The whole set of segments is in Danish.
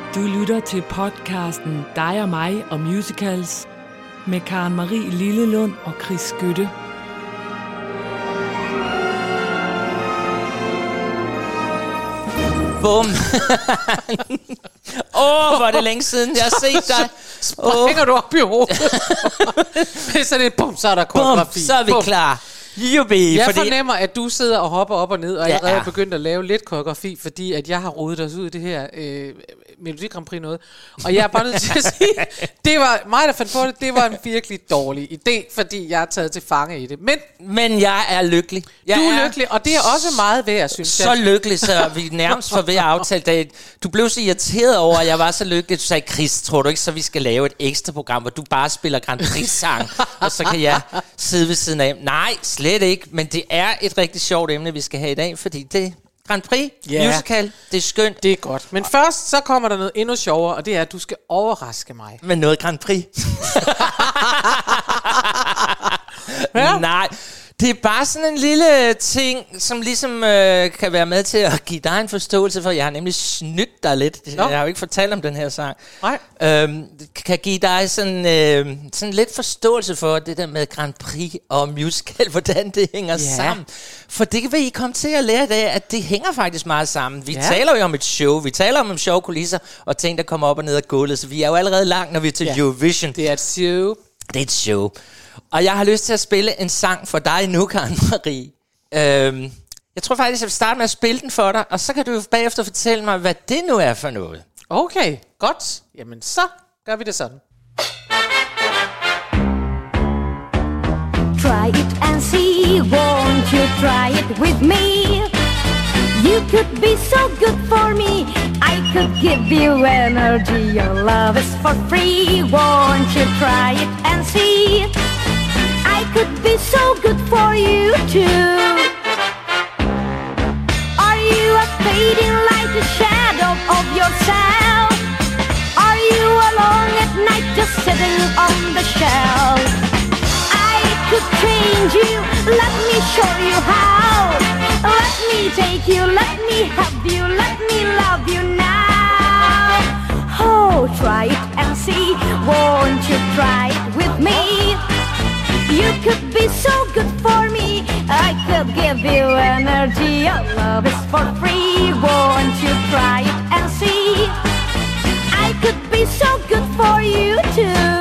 Du lytter til podcasten Dig og mig og musicals med Karen Marie Lillelund og Chris Skytte. Bum. Hvor er det længe siden, jeg har set dig. Hænger du op i hovedet? Så er det bum, så er der koreografi. Så er vi klar. Jubi, jeg fornemmer, at du sidder og hopper op og ned, og allerede er begyndt at lave lidt koreografi, fordi at jeg har rodet os ud i det her Melodi Grand Prix noget. Og jeg er bare nødt til at sige, det var mig, der fandt på det. Det var en virkelig dårlig idé, fordi jeg er taget til fange i det. Men jeg er lykkelig. Du er lykkelig, og det er også meget værd, synes jeg. Så lykkelig, så vi nærmest var ved at aftale det. Du blev så irriteret over, at jeg var så lykkelig. Du sagde, Chris, tror du ikke, så vi skal lave et ekstra program, hvor du bare spiller Grand Prix-sang, og så kan jeg sidde ved siden af. Nej, slet ikke, men det er et rigtig sjovt emne, vi skal have i dag, fordi det Grand Prix, musical, det er skønt. Det er godt. Men først, så kommer der noget endnu sjovere, og det er, at du skal overraske mig. Med noget Grand Prix. Nej, det er bare sådan en lille ting, som ligesom kan være med til at give dig en forståelse for. Jeg har nemlig snydt dig lidt. Jeg har jo ikke fortalt om den her sang. Nej. Kan give dig sådan lidt forståelse for det der med Grand Prix og musical, hvordan det hænger sammen. For det vil I komme til at lære i dag, at det hænger faktisk meget sammen. Vi taler jo om et show, vi taler om sjove kulisser og ting, der kommer op og ned af gulvet. Så vi er jo allerede langt, når vi er til Eurovision. Det er et show. Det er et show. Og jeg har lyst til at spille en sang for dig nu, Karen Marie. Jeg tror faktisk, jeg vil starte med at spille den for dig, og så kan du bagefter fortælle mig, hvad det nu er for noget. Okay, godt. Jamen, så gør vi det sådan. Try it and see, won't you try it with me? You could be so good for me, I could give you energy, your love is for free. Won't you try it and see? I could be so good for you too. Are you a fading light, a shadow of yourself? Are you alone at night, just sitting on the shelf? I could change you, let me show you how. Let me take you, let me have you, let me love you now. Oh, try it and see, won't you try it with me? You could be so good for me, I could give you energy, your love is for free. Won't you try it and see? I could be so good for you too.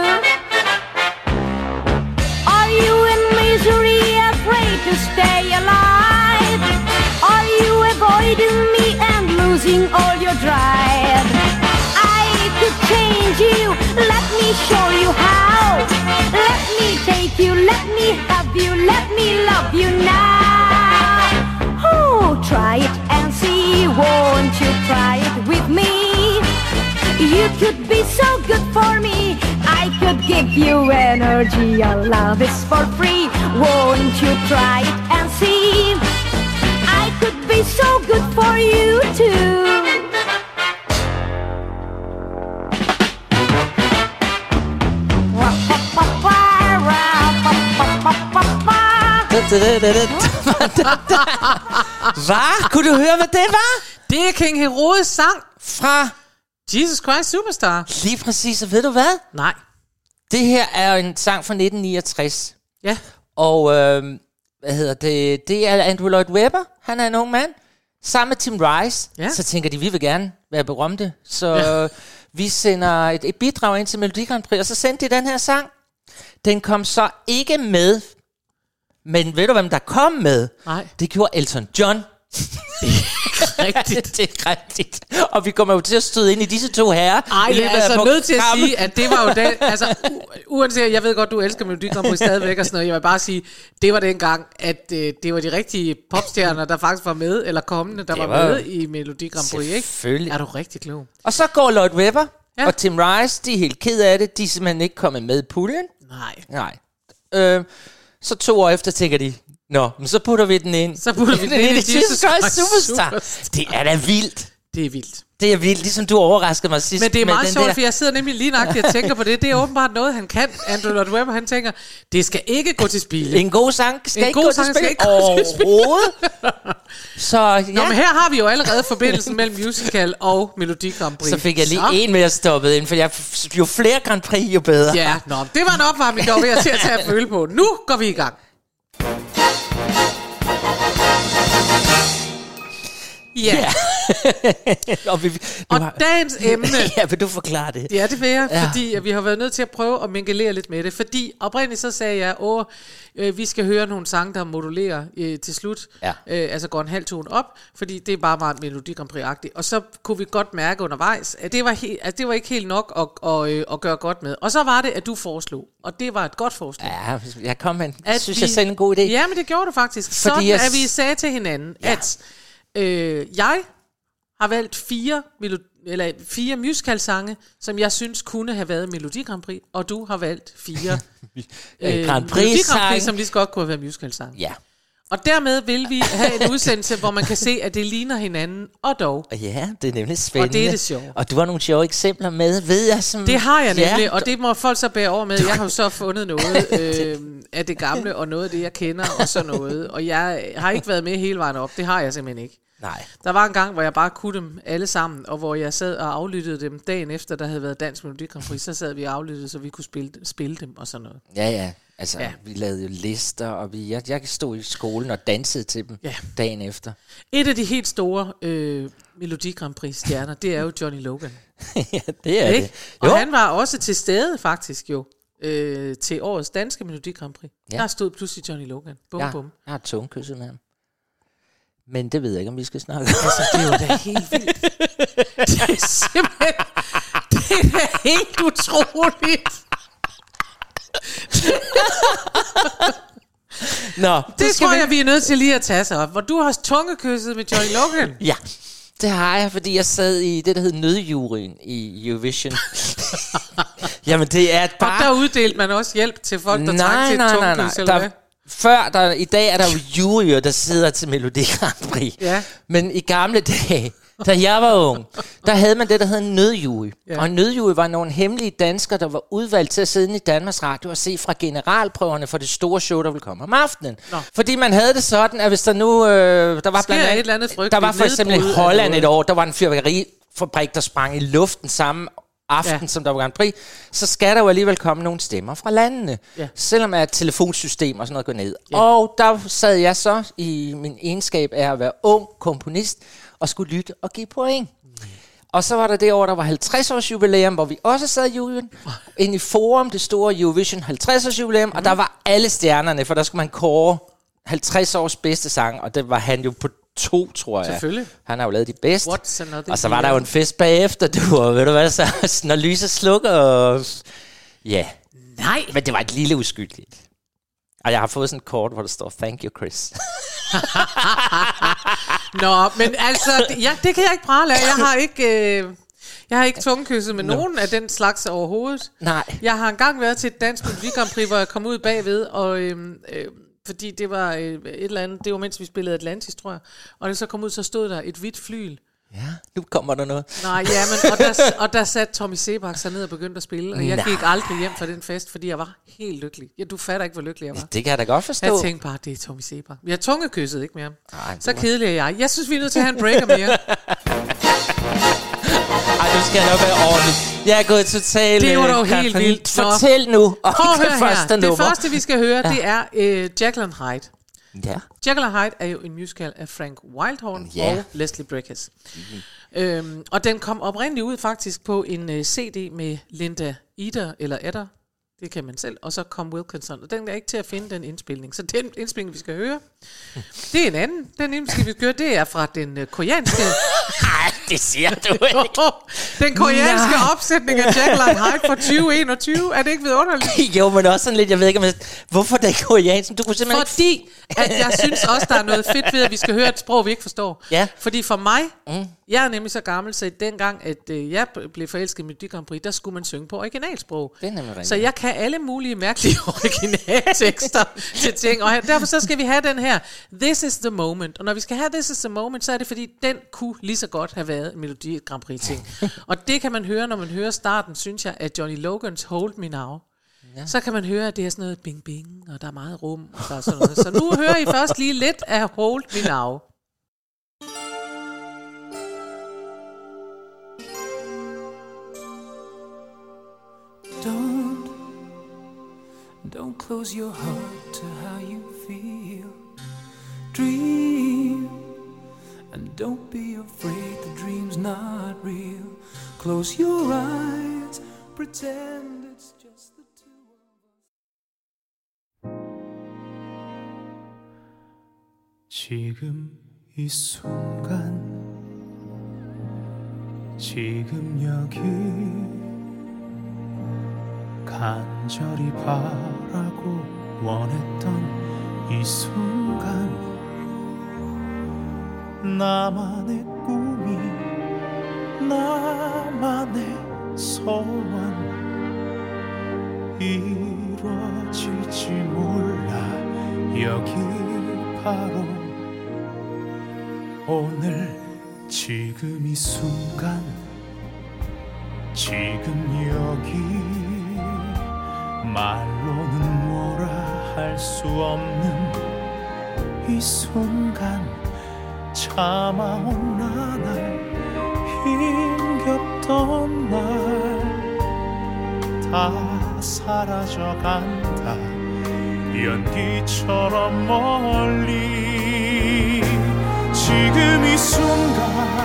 Are you in misery, afraid to stay alive? Are you avoiding me and losing all your drive? I could change you, let me show you how. Let me take you, let me have you, let me love you now. Oh, try it and see, won't you try it with me? You could be so good for me, I could give you energy, your love is for free. Won't you try it and see? I could be so good for you too. Hvad? Kunne du høre, hvad det var? Det er King Herodes sang Fra Jesus Christ Superstar. lige præcis, og ved du hvad? Nej. Det her er en sang fra 1969. Ja. Og hvad hedder det? Det er Andrew Lloyd Webber. Han er en ung mand. Sammen med Tim Rice. Ja. Så tænker de, vi vil gerne være berømte. Så vi sender et bidrag ind til Melodi Grand Prix. Og så sendte de den her sang. Den kom så ikke med. Men ved du, hvem der kom med? Nej. Det gjorde Elton John. Rigtigt. Det er rigtigt. Og vi kommer jo til at støde ind i disse to herrer. Ej, jeg er altså nødt til at sige, at det var jo den, altså uanset, jeg ved godt, du elsker Melodi Grand Prix stadigvæk og sådan noget, jeg vil bare sige, det var den gang, at det var de rigtige popstjerner, der faktisk var med, eller kommende, der var med i Melodi Grand Prix, ikke? Selvfølgelig. Er du rigtig klog? Og så går Lloyd Webber og Tim Rice, de er helt ked af det, de er simpelthen ikke kommet med i puljen. Nej. Så 2 år efter tænker de, nå, men så putter vi den ind. Så putter vi den ind i Jesus Christ Superstar. Det er da vildt. Det er vildt. Det er vildt, ligesom du overraskede mig sidst. Men det er meget sjovt, der... for jeg sidder nemlig lige nøjagtigt og tænker på det. Det er åbenbart noget, han kan. Andrew Lloyd Webber, han tænker, det skal ikke gå til spil. En god sang skal ikke gå til spil overhovedet. Så ja. Nå, men her har vi jo allerede forbindelsen mellem musical og Melodi Grand Prix. Så fik jeg lige en mere stoppet ind, for jo flere Grand Prix, jo bedre. Ja, det var en opvarmning, der var ved at til at tage at føle på. Nu går vi i gang. Ja. Og dagens emne... Ja, vil du forklare det? Ja, det vil jeg, fordi vi har været nødt til at prøve at mingelere lidt med det. Fordi oprindeligt så sagde jeg, vi skal høre nogle sange, der modulerer til slut. Ja. Altså går en halv tone op, fordi det er bare meget Melodi Grand Prix-agtigt. Og så kunne vi godt mærke undervejs, at det var ikke helt nok at gøre godt med. Og så var det, at du foreslog. Og det var et godt forslag. Ja, jeg kom med jeg selv en god idé. Ja, men det gjorde du faktisk. Fordi sådan, at vi sagde til hinanden, at... jeg har valgt 4 musicalsange, som jeg synes kunne have været Melodi Grand Prix, og du har valgt 4 Grand Melodi Grand Prix, som lige så godt kunne have været musicalsange. Ja. Og dermed vil vi have en udsendelse, hvor man kan se, at det ligner hinanden, og dog. Ja, det er nemlig spændende. Og det er det sjove. Og du har nogle sjove eksempler med, ved jeg. Som det har jeg nemlig, og det må folk så bære over med. Jeg har jo så fundet noget af det gamle, og noget af det, jeg kender, og sådan noget. Og jeg har ikke været med hele vejen op. Det har jeg simpelthen ikke. Nej. Der var en gang, hvor jeg bare kunne dem alle sammen, og hvor jeg sad og aflyttede dem dagen efter, der havde været Dansk Melodi Grand Prix. Så sad vi og aflyttede, så vi kunne spille dem og sådan noget. Ja. Altså, vi lavede jo lister, og jeg stod i skolen og dansede til dem dagen efter. Et af de helt store Melodi Grand Prix-stjerner, det er jo Johnny Logan. Ja, det er det. Og han var også til stede faktisk jo, til årets danske Melodi Grand Prix. Ja. Der stod pludselig Johnny Logan. Bum. Jeg har tungekysset med ham. Men det ved jeg ikke, om vi skal snakke. Altså, det er jo da helt vildt. Det er simpelthen... Det er helt utroligt. Nå, det tror jeg, vi er nødt til lige at tage sig op. Hvor du har tungekysset med Johnny Logan. Ja, det har jeg, fordi jeg sad i det, der hed nødjuryen i Eurovision. Jamen, det er bare... Og der uddelte man også hjælp til folk, der trængte til et tungekys, eller hvad? I dag er der jo juryer, der sidder til Melodi Grand Prix. Ja. Men i gamle dage, da jeg var ung, der havde man det, der hed en nødjury. Ja. Og en nødjury var nogle hemmelige danskere, der var udvalgt til at sidde i Danmarks Radio og se fra generalprøverne for det store show, der ville komme om aftenen. Nå. Fordi man havde det sådan, at hvis der nu... der var blandt andet, et eller andet frygteligt. Der var for eksempel i Holland et år, der var en fyrværkerifabrik, der sprang i luften samme aften, som der var Grand Prix, så skal der jo alligevel komme nogle stemmer fra landene. Ja. Selvom at telefonsystem og sådan noget går ned. Ja. Og der sad jeg så i min egenskab af at være ung komponist og skulle lytte og give point. Og så var der det år, der var 50 års jubilæum, hvor vi også sad i juryen. Inde i Forum, det store Eurovision 50 års jubilæum, og der var alle stjernerne, for der skulle man kåre 50 års bedste sang, og det var han jo på 2, tror jeg. Selvfølgelig. Han har jo lavet de bedste. Og så var der jo en fest bagefter, og ved du hvad, så når lyset slukker, og ja. Nej. Men det var et lille uskyldigt. Og jeg har fået sådan et kort, hvor der står, thank you, Chris. Nå, men altså, det kan jeg ikke prale af. Jeg har ikke tungekysset med nogen af den slags overhovedet. Nej. Jeg har engang været til et dansk Melodi Grand Prix, hvor jeg kom ud bagved, og... fordi det var et eller andet, det var mens vi spillede Atlantis, tror jeg. Og det så kom ud, så stod der et hvidt flyl. Ja, nu kommer der noget. Nej, ja, men og der satte Tommy Sebak sig ned og begyndte at spille. Og jeg gik aldrig hjem fra den fest, fordi jeg var helt lykkelig. Ja, du fatter ikke, hvor lykkelig jeg var. Det kan jeg da godt forstå. Jeg tænkte bare, det er Tommy Sebak. Vi har tungekysset, ikke mere. Så kedelig er jeg. Jeg synes, vi er nødt til at have en breaker mere. Ej, nu skal jeg nok være ordentligt. Jeg er gået totalt... Det var dog helt vildt. Fortæl nu om det første nummer. Det første, vi skal høre, det er Jekyll and Hyde. Ja. Jekyll and Hyde er jo en musical af Frank Wildhorn og Leslie Bricusse. Og den kom oprindeligt ud faktisk på en CD med Linda Eder, det kan man selv, og så kom Wilkinson. Og den er ikke til at finde, den indspilning. Så den indspilning, vi skal høre, det er en anden. Den indspilning, vi skal høre, det er fra den koreanske... Nej, det siger du ikke. Den koreanske opsætning af Jekyll and Hyde fra 2021. Er det ikke vidunderligt? Jo, men også sådan lidt, jeg ved ikke, hvorfor det er koreansk? Du kunne simpelthen Fordi at jeg synes også, der er noget fedt ved, at vi skal høre et sprog, vi ikke forstår. Ja. Fordi for mig, jeg er nemlig så gammel, så dengang, at jeg blev forelsket i Melodi Grand Prix, der skulle man synge på originalsprog. Det er nemlig rigtigt. Så jeg kan have alle mulige mærkelige originaltekster til ting, og derfor så skal vi have den her This is the moment. Og når vi skal have This is the moment, så er det fordi, den kunne lige så godt have været en Melodi Grand Prix ting. Og det kan man høre, når man hører starten, synes jeg, af Johnny Logans Hold Me Now. Ja. Så kan man høre, at det er sådan noget bing bing, og der er meget rum, og der er sådan noget. Så nu hører I først lige lidt af Hold Me Now. Don't close your heart to how you feel. Dream, and don't be afraid the dream's not real. Close your eyes, pretend it's just the two of us. 지금 이 순간, 지금 여기 간절히 바라고 원했던 이 순간 나만의 꿈이 나만의 소원 이루어질지 몰라 여기 바로 오늘 지금 이 순간 지금 여기 말로는 뭐라 할 수 없는 이 순간 참아온 나날 힘겹던 날 다 사라져간다 연기처럼 멀리 지금 이 순간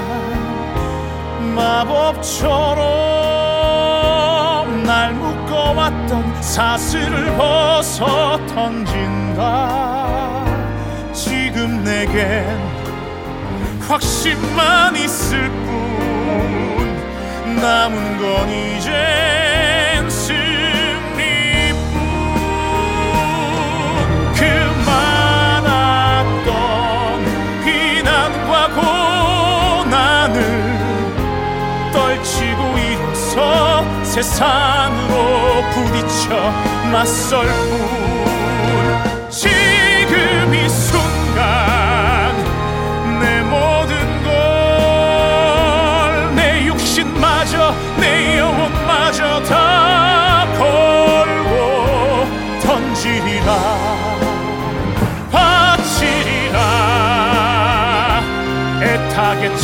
마법처럼 날 묶어왔던 사슬을 벗어 던진다 지금 내겐 확신만 있을 뿐 남은 건 이젠 승리뿐 그 많았던 비난과 고난을 떨치고 일어서 세상으로 부딪혀 맞설 뿐 지금 이 순간 내 모든 걸 내 육신마저 내 영혼마저 다 걸고 던지리라 바치리라 애타게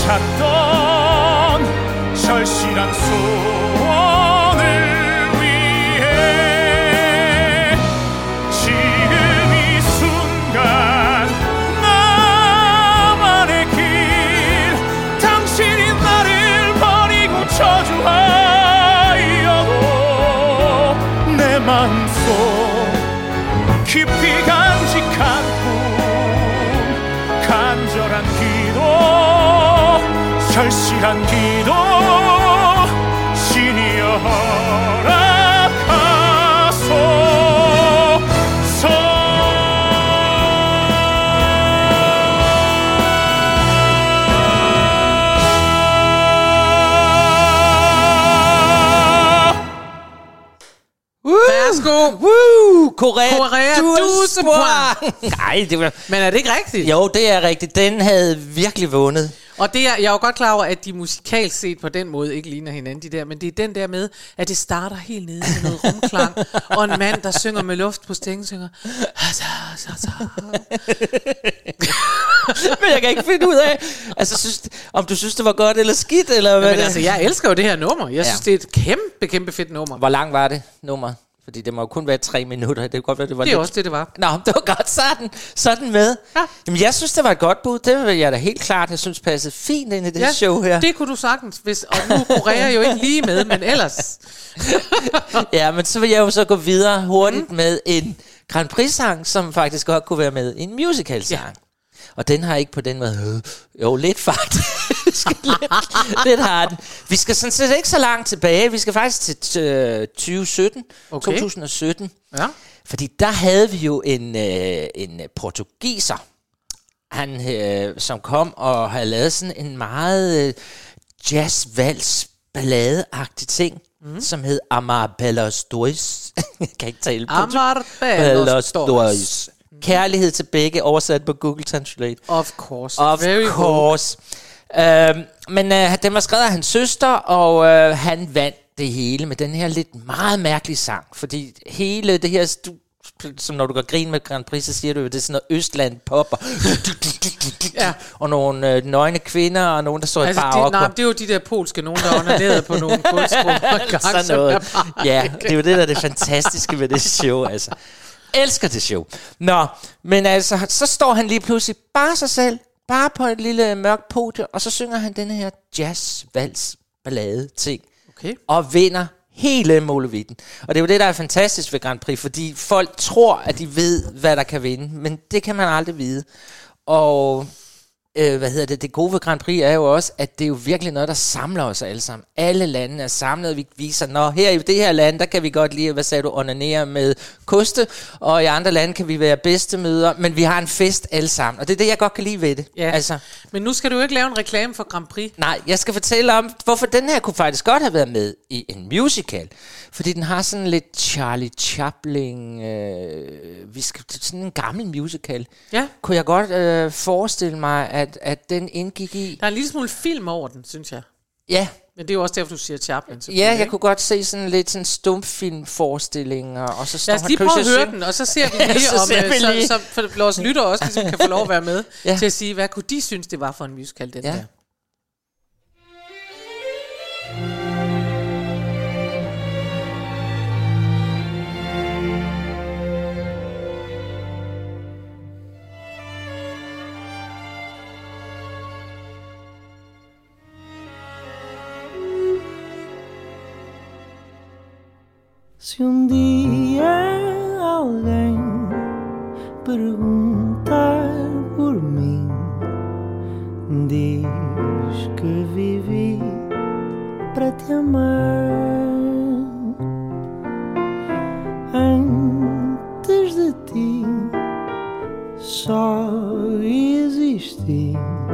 찾던 절실한 소원을 위해 지금 이 순간 나만의 길 당신이 나를 버리고 저주하여도 내 마음속 깊이 간직한 꿈 간절한 기도 절실한 기도 신이여 허락하소서 Værsgo. Woo! Korea du Nej, det var... Men er det ikke rigtigt? Jo, det er rigtigt. Den havde virkelig vundet. Og det er, jeg er jo godt klar over, at de musikalsk set på den måde ikke ligner hinanden, de der, men det er den der med, at det starter helt nede med noget rumklang, og en mand, der synger med luft på stængen, synger. Men jeg kan ikke finde ud af, altså, om du synes, det var godt eller skidt, eller hvad? Men altså, jeg elsker jo det her nummer. Jeg synes, det er et kæmpe fedt nummer. Hvor lang var det, nummer? Fordi det må jo kun være 3 minutter. Det kunne godt være, det var det er lidt... også det var. Nå, det var godt sådan med. Ja. Jamen, jeg synes, det var et godt bud. Det vil jeg da helt klart, jeg synes passede fint ind i det show her. Det kunne du sagtens, hvis... Og nu Korea jo ikke lige med, men ellers... Ja, men så vil jeg jo så gå videre hurtigt med en Grand Prix-sang, som faktisk godt kunne være med i en musical-sang. Ja. Og den har ikke på den måde... Jo, lidt faktisk. lidt har den. Vi skal sådan set ikke så langt tilbage. Vi skal faktisk til 2017. Okay. 2017. Ja. Fordi der havde vi jo en portugiser, han, som kom og havde lavet sådan en meget jazzvals balladeagtig ting, som hed Amar Dois. Jeg kan ikke tale på Amar Dois. Kærlighed til begge, oversat på Google Translate. Of course. Of course. Men den var skrevet af hans søster, og han vandt det hele med den her lidt meget mærkelige sang. Fordi hele det her... som når du går grin med Grand Prix, så siger du jo, det er sådan noget Østland pop, og nogle nøgne kvinder, og nogen, der står i bar. Nej, det er jo de der polske nogen, der onanerede på nogle kunstgrupper. Sådan noget. Ja, det er jo det, der er det fantastiske ved det show, altså. Elsker det show. Nå, men altså, så står han lige pludselig bare sig selv, bare på et lille mørkt podie, og så synger han den her jazz-vals-ballade-ting, og vinder hele målevitten. Og det er jo det, der er fantastisk ved Grand Prix, fordi folk tror, at de ved, hvad der kan vinde, men det kan man aldrig vide. Og det gode ved Grand Prix er jo også, at det er jo virkelig noget, der samler os alle sammen. Alle lande er samlet, og vi viser, her i det her land, der kan vi godt lide, hvad sagde du, onanere med koste, og i andre lande kan vi være bedstemødre, men vi har en fest alle sammen, og det er det, jeg godt kan lide ved det. Ja. Altså. Men nu skal du jo ikke lave en reklame for Grand Prix. Nej, jeg skal fortælle om, hvorfor den her kunne faktisk godt have været med i en musical, fordi den har sådan lidt Charlie Chaplin, sådan en gammel musical. Ja. Kunne jeg godt forestille mig, at den indgik i... Der er en lille smule film over den, synes jeg. Ja. Men det er jo også derfor, du siger Chaplin. Ja, jeg kunne godt se sådan lidt sådan stumfilmforestillinger, og så står han pludselig... Lad os lige prøve at høre den, og så ser vi lige, så vores lytter også ligesom kan få lov at være med til at sige, hvad kunne de synes, det var for en musical, den der. Se dia alguém perguntar por mim, diz que vivi pra te amar. Antes de ti só existi,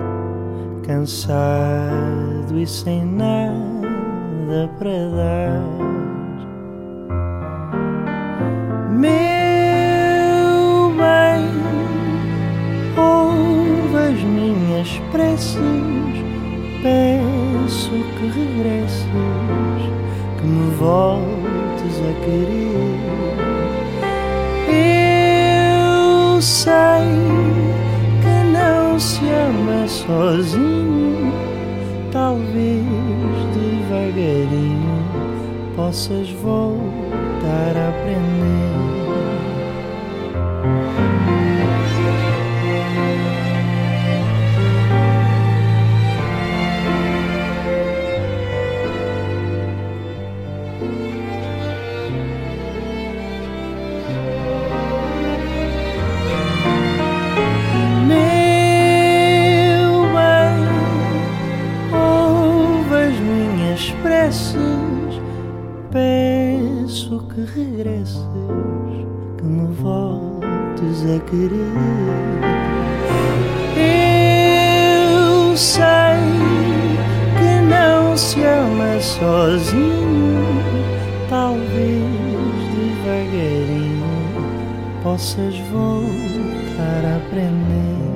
cansado e sem nada pra dar. Meu bem, ouve as minhas preces, peço que regresses, que me voltes a querer. Eu sei que não se ama sozinho, talvez devagarinho possas voltar a aprender. Peço que regresses, que me voltes a querer. Eu sei que não se ama sozinho, talvez devagarinho possas voltar a aprender.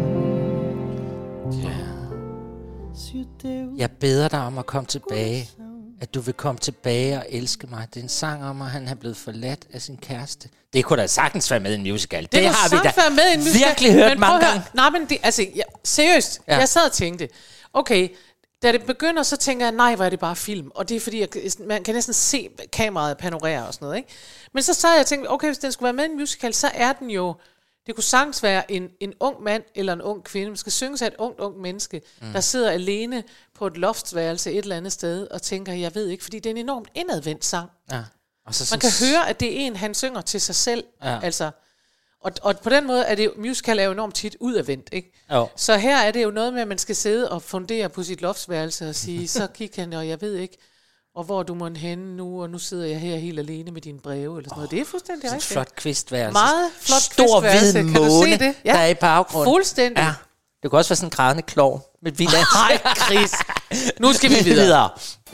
Jeg beder dig om at komme tilbage. At du vil komme tilbage og elske mig. Det er en sang om, at han er blevet forladt af sin kæreste. Det kunne da sagtens være med i en musical. Det har vi da virkelig hørt mange gange. Nej, men seriøst. Ja. Jeg sad og tænkte, okay, da det begynder, så tænker jeg, nej, hvor er det bare film. Og det er fordi, man kan næsten se kameraet panorere og sådan noget, ikke? Men så sad jeg og tænkte, okay, hvis den skulle være med i en musical, så er den jo... Det kunne sagtens være en ung mand eller en ung kvinde. Man skal synge sig et ung menneske, der sidder alene på et loftsværelse et eller andet sted og tænker, jeg ved ikke, fordi det er en enormt indadvendt sang. Ja. Og så man kan høre, at det er han synger til sig selv. Ja. Altså, og på den måde er det musical er jo enormt tit udadvendt, ikke? Jo. Så her er det jo noget med, at man skal sidde og fundere på sit loftsværelse og sige, så kig han, og jeg ved ikke, og hvor du må henne nu, og nu sidder jeg her helt alene med dine breve, eller sådan noget. Det er fuldstændig rigtigt. Flot kvistværelse. Meget flot stor kvistværelse. Hvid måne, kan du se det? Ja. Der er i baggrunden. Fuldstændig. Ja. Det kunne også være sådan en grædende klov med vildt. Nej, Chris. Nu skal vi videre.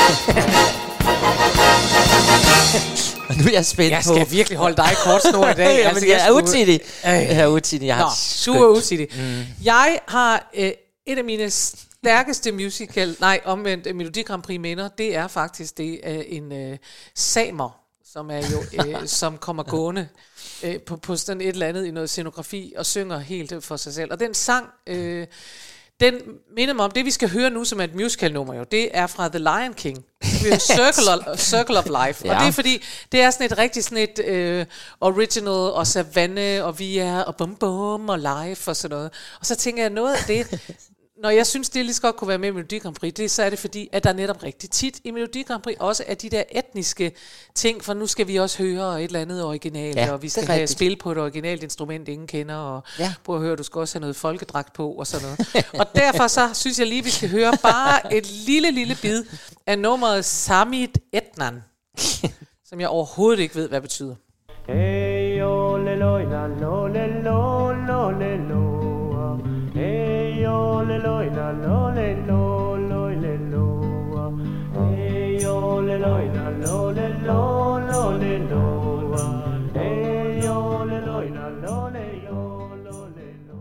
Og nu er jeg spændt på... Jeg skal virkelig holde dig kort snor i dag. Jamen, jeg er utidig. Jeg er utidig. Du er utidig. Jeg har et af mine stærkeste omvendt Melodi Grand Prix minder, det er faktisk det af en samer, som er jo som kommer gående på sådan et eller andet i noget scenografi og synger helt for sig selv. Og den sang, den minder mig om det, vi skal høre nu, som er et musical-nummer jo. Det er fra The Lion King. Circle of Life. Ja. Og det er fordi, det er sådan et rigtig sådan et original og savanne og vi er og bum bum og live og sådan noget. Og så tænker jeg noget af det, når jeg synes, det lige så godt kunne være med i Melodi Grand Prix, så er det fordi, at der netop rigtig tit i Melodi Grand Prix også er de der etniske ting, for nu skal vi også høre et eller andet originalt, og vi skal have spil på et originalt instrument, ingen kender, og prøv at høre, du skal også have noget folkedragt på, og sådan noget. Og derfor så synes jeg lige, vi skal høre bare et lille bid af nummeret Samit Etnan, som jeg overhovedet ikke ved, hvad betyder. Hey, oh, le, lo, la, lo, le, lo, lo, le, lo. Hey, oh, le, lo, la, lo, le, lo, lo, le, lo. Hey, oh, le, lo, la, lo, le, lo, lo, le, lo. Hey, oh, le, lo, la, lo, le, lo, lo, le, lo.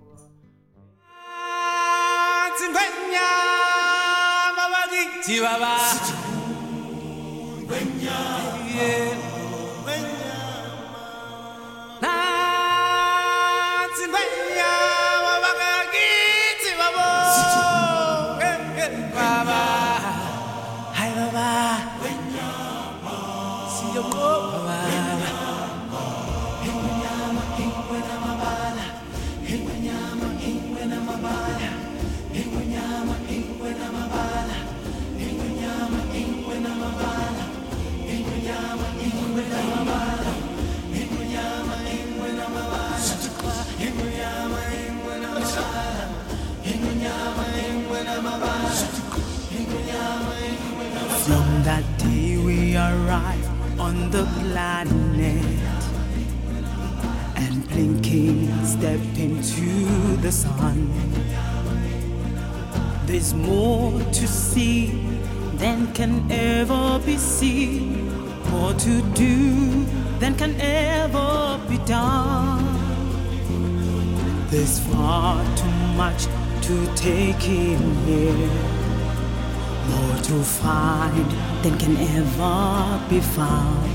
Tingwenya, mabagi, chibaba. Tingwenya, yeah. From that day we arrived on the planet, and blinking stepped into the sun. There's more to see than can ever be seen, more to do than can ever be done. There's far too much to take in here, more to find than can ever be found.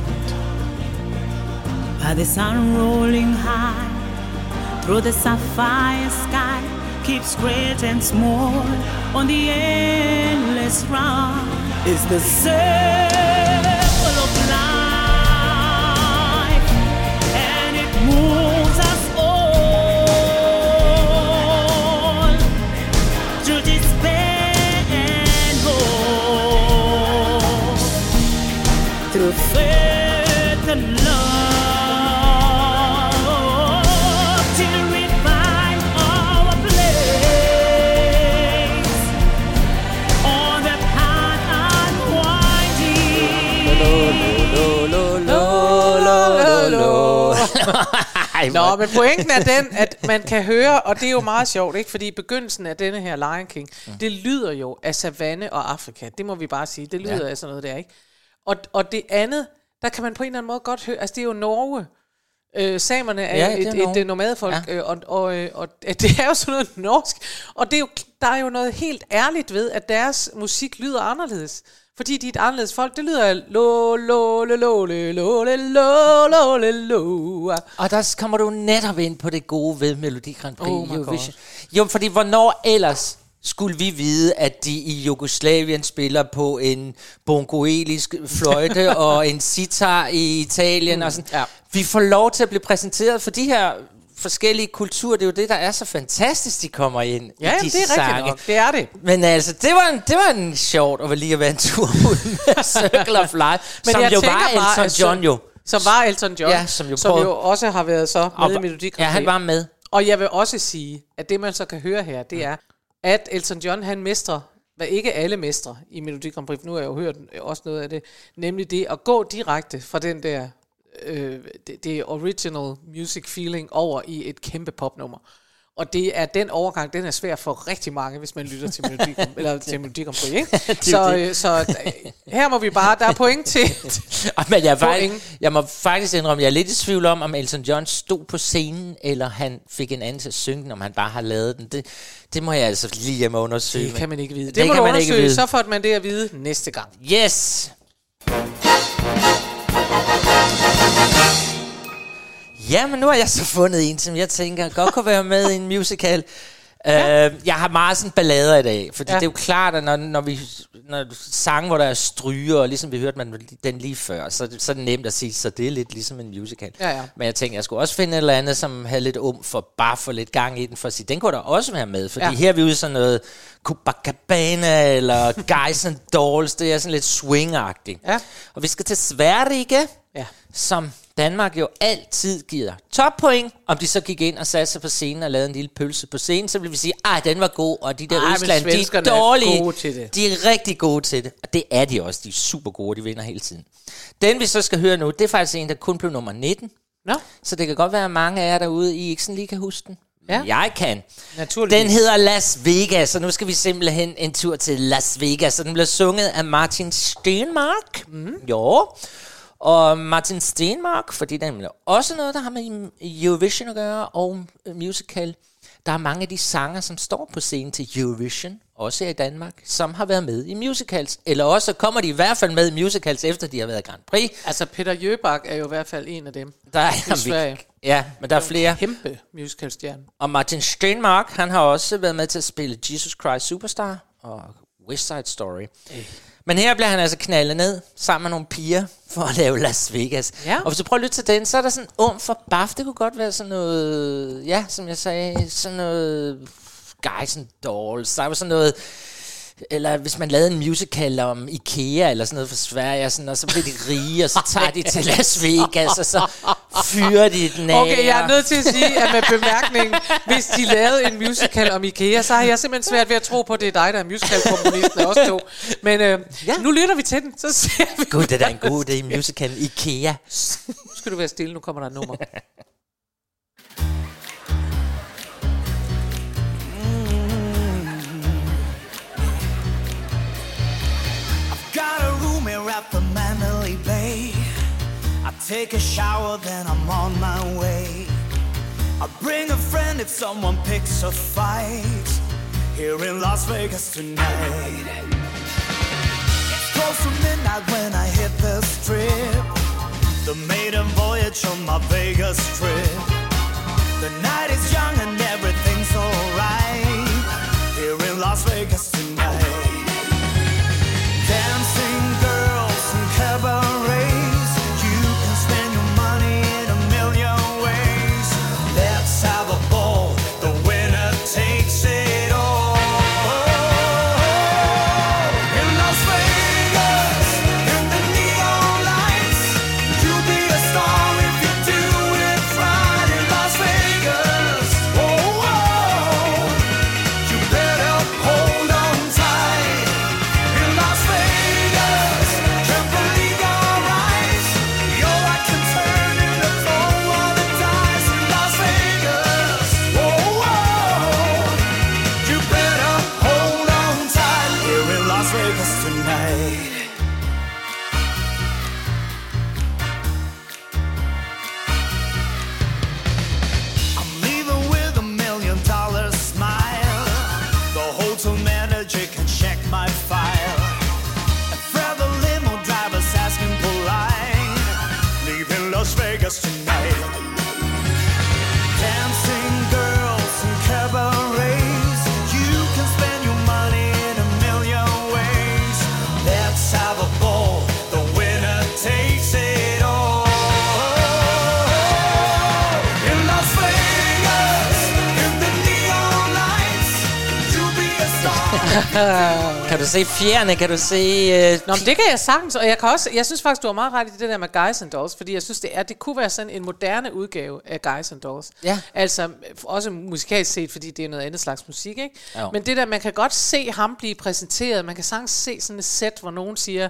By the sun rolling high through the sapphire sky, keeps great and small on the endless round. It's the circle of life, and it moves us all through despair and hope, through faith and love. Nå, men pointen er den, at man kan høre, og det er jo meget sjovt, ikke? Fordi begyndelsen af denne her Lion King, det lyder jo af savanne og Afrika. Det må vi bare sige. Det lyder af sådan noget der, ikke? Og det andet, der kan man på en eller anden måde godt høre, altså det er jo Norge. Samerne er et nomadefolk, og det er jo sådan noget norsk. Og det er jo, der er jo noget helt ærligt ved, at deres musik lyder anderledes. Fordi de er et anderledes folk. Det lyder lo lo lo lo lo lo lo lo. Og der kommer du netop ind på det gode ved Melodi Grand Prix. Jo, fordi hvornår ellers skulle vi vide, at de i Jugoslavien spiller på en bongoelisk fløjte og en sitar i Italien og sådan. Ja. Vi får lov til at blive præsenteret for de her forskellige kulturer. Det er jo det, der er så fantastisk, de kommer ind i disse sange. Ja, det er rigtigt nok. Det er det. Men altså, det var en sjovt at lige at være en tur ud med Circle of Life, men som jo var Elton John jo. Som var Elton John, ja, som jo også har været så med i Melodi Grand Prix. Ja, han var med. Og jeg vil også sige, at det man så kan høre her, det er, at Elton John, han mestrer, hvad ikke alle mestre i Melodi Grand Prix, nu har jeg jo hørt også noget af det, nemlig det at gå direkte fra den der det original music feeling over i et kæmpe popnummer. Og det er den overgang, den er svær for rigtig mange, hvis man lytter til Melodi eller til Melodi Grand Prix, ikke? Så her må vi bare, der er point til. Men jeg må faktisk indrømme, jeg er lidt i tvivl om Elton John stod på scenen, eller han fik en anden til at synge den, om han bare har lavet den. Det må jeg altså lige hjemme undersøge. Det kan man ikke vide. Det må du undersøge, så får man det at vide næste gang. Yes! Ja, men nu har jeg så fundet en, som jeg tænker godt kunne være med i en musical. Jeg har meget sådan ballader i dag, fordi det er jo klart, at når sange, hvor der er stryger, og ligesom vi hørte man den lige før, så er det nemt at sige, så det er lidt ligesom en musical. Ja. Men jeg tænkte, jeg skulle også finde et eller andet, som havde lidt for bare få lidt gang i den, for at sige, den kunne der også være med, fordi her er vi ude i sådan noget Copacabana, eller Guys and Dolls, det er sådan lidt swing-agtigt. Ja. Og vi skal til Sverige, som Danmark jo altid giver toppoint. Om de så gik ind og satte sig på scenen og lavede en lille pølse på scenen, så ville vi sige, den var god, og de der Østland, de er dårlige. De er rigtig gode til det. Og det er de også. De er super gode, de vinder hele tiden. Den vi så skal høre nu, det er faktisk en, der kun blev nummer 19. No. Så det kan godt være, at mange af jer derude, I ikke sådan lige kan huske den. Ja. Jeg kan. Den hedder Las Vegas, så nu skal vi simpelthen en tur til Las Vegas. Så den bliver sunget af Martin Stenmark. Jo. Og Martin Stenmark, fordi der er også noget, der har med Eurovision at gøre, og musical. Der er mange af de sanger, som står på scenen til Eurovision, også her i Danmark, som har været med i musicals. Eller også kommer de i hvert fald med i musicals, efter de har været Grand Prix. Altså Peter Jöback er jo i hvert fald en af dem. Der er ja, men der er flere. Kæmpe musicalstjerne. Og Martin Stenmark, han har også været med til at spille Jesus Christ Superstar og West Side Story. Men her bliver han altså knaldet ned sammen med nogle piger for at lave Las Vegas. Ja. Og hvis du prøver at lytte til den, så er der sådan for baf. Det kunne godt være sådan noget, ja, som jeg sagde, sådan noget Guys and Dolls. Der var sådan noget, eller hvis man lavede en musical om Ikea eller sådan noget for Sverige, sådan, og så bliver de rige, og så tager de til Las Vegas, og så fyrer de den af. Okay, jeg er nødt til at sige, at med bemærkningen, hvis de lavede en musical om Ikea, så har jeg simpelthen svært ved at tro på, at det er dig, der er musicalkomponisten af os to. Men nu lytter vi til den, så ser vi. Gud, det er da en god idé, musical Ikea. Nu skal du være stille, nu kommer der et nummer. Got a room here at the Mandalay Bay. I take a shower, then I'm on my way. I bring a friend if someone picks a fight. Here in Las Vegas tonight. It's close to midnight when I hit the strip. The maiden voyage on my Vegas trip. The night is young and everything's alright. Here in Las Vegas tonight. Dancing girls and cabarets. You can spend your money in a million ways. Let's have a ball. The winner takes it all. In Las Vegas, in the neon lights. You'll be a star if you do it right. In Las Vegas, oh, oh. You better hold on tight. In Las Vegas, can't believe your eyes. You're like a turn in the throw of the dice. In Las Vegas, oh, oh. You better hold on tight. Here in Las Vegas tonight. I'm leaving with $1 million smile. The hotel manager can check my file. And for the limo drivers asking polite. Leaving Las Vegas tonight. Dancing girls and cabarets. You can spend your money in a million ways. Let's have a ball. The winner takes it all. In Las Vegas, in the neon lights. You'll be a star. Kan du se fjerne? Kan du se... Nå, men det kan jeg sagtens, og jeg synes faktisk, du har meget ret i det der med Guys and Dolls, fordi jeg synes, det kunne være sådan en moderne udgave af Guys and Dolls. Ja. Altså, også musikalsk set, fordi det er noget andet slags musik, ikke? Jo. Men det der, man kan godt se ham blive præsenteret, man kan sagtens se sådan et sæt, hvor nogen siger,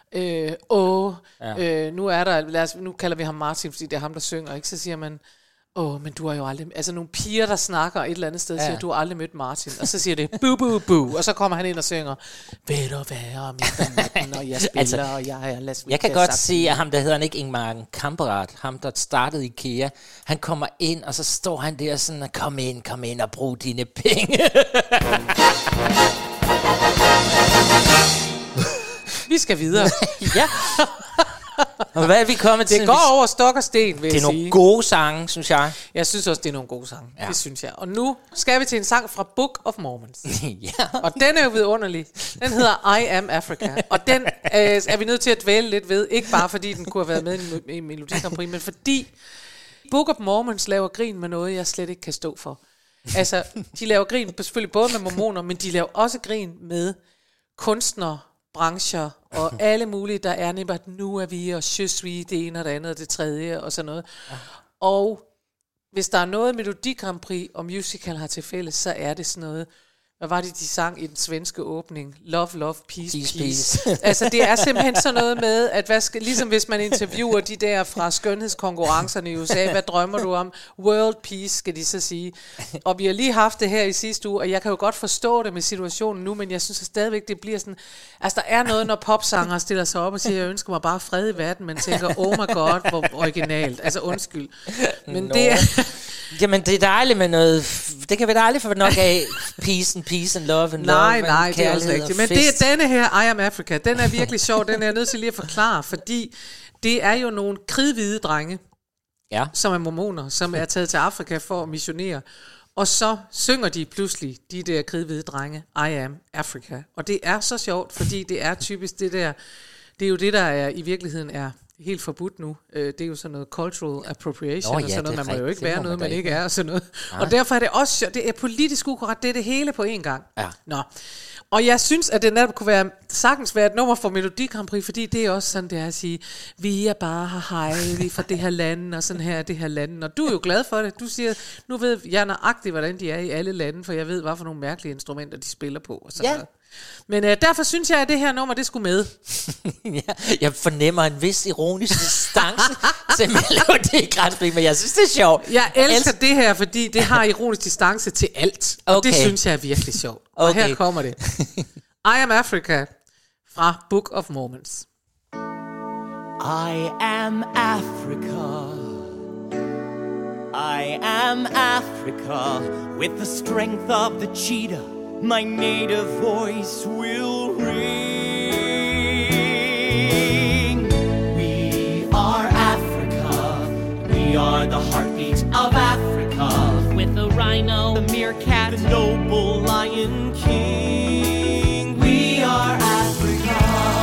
nu er der, nu kalder vi ham Martin, fordi det er ham, der synger, ikke? Så siger man, Men du har jo aldrig... Altså nogle piger, der snakker et eller andet sted, siger, du har aldrig mødt Martin. Og så siger det, bu, bu, bu. Og så kommer han ind og synger, ved du hvad, om natten, og jeg spiller, altså, og jeg er Las Vegas. Jeg kan godt se, at ham, der hedder han ikke Ingmar Kamprad, ham, der startede IKEA, han kommer ind, og så står han der sådan, kom ind og brug dine penge. Vi skal videre. Ja. Og hvad er vi kommet til? Det går over stok og sten, vil jeg sige. Det er nogle gode sange, synes jeg. Jeg synes også, det er nogle gode sange. Ja. Det synes jeg. Og nu skal vi til en sang fra Book of Mormons. Ja. Og den er jo vidunderlig. Den hedder I Am Africa. Og den er vi nødt til at dvæle lidt ved. Ikke bare fordi den kunne have været med i Melodi Grand Prix, men fordi Book of Mormons laver grin med noget, jeg slet ikke kan stå for. Altså, de laver grin selvfølgelig både med mormoner, men de laver også grin med kunstnere, brancher og alle mulige, der er nemlig, at nu er vi, og je suis, det ene og det andet og det tredje og sådan noget. Og hvis der er noget Melodi Grand Prix og musical har til fælles, så er det sådan noget, hvad var det, de sang i den svenske åbning? Love, love, peace, peace. Altså det er simpelthen sådan noget med, at ligesom hvis man interviewer de der fra skønhedskonkurrencerne i USA, hvad drømmer du om? World peace, skal de så sige. Og vi har lige haft det her i sidste uge, og jeg kan jo godt forstå det med situationen nu, men jeg synes at stadigvæk, det bliver sådan, altså der er noget, når popsangere stiller sig op og siger, jeg ønsker mig bare fred i verden, man tænker, oh my god, hvor originalt. Altså undskyld. Men det er... Jamen det er dejligt med noget, det kan vi dejligt få nok af, peace and love and love. Nej, det er også rigtigt. Men det er denne her, I Am Africa, den er virkelig sjov, den er jeg nødt til lige at forklare, fordi det er jo nogle kridhvide drenge, som er mormoner, som er taget til Afrika for at missionere, og så synger de pludselig, de der kridhvide drenge, I Am Africa. Og det er så sjovt, fordi det er typisk det der, det er jo det, der er, i virkeligheden er helt forbudt nu. Det er jo sådan noget cultural appropriation og sådan noget. Man må jo ikke være noget, man ikke er og sådan noget. Og derfor er det også, det er politisk ukorrekt, det er det hele på én gang. Ja. Nå. Og jeg synes, at det netop kunne sagtens være et nummer for Melodi Grand Prix, fordi det er også sådan, det er at sige, vi er bare hej, vi er fra det her land, og sådan her det her land. Og du er jo glad for det. Du siger, nu ved jeg nøjagtigt, hvordan de er i alle lande, for jeg ved, hvad for nogle mærkelige instrumenter, de spiller på. Og sådan noget. Men derfor synes jeg, at det her nummer, det skulle med. Jeg fornemmer en vis ironisk distance til Melodi Grand Prix, men jeg synes, det er sjovt. Jeg elsker det her, fordi det har ironisk distance til alt. Og det synes jeg er virkelig sjovt. Og her kommer det. I Am Africa fra Book of Mormons. I am Africa. I am Africa. With the strength of the cheetah, my native voice will ring. We are Africa. We are the heartbeat of Africa. With the rhino, the meerkat, the noble lion king. We are Africa.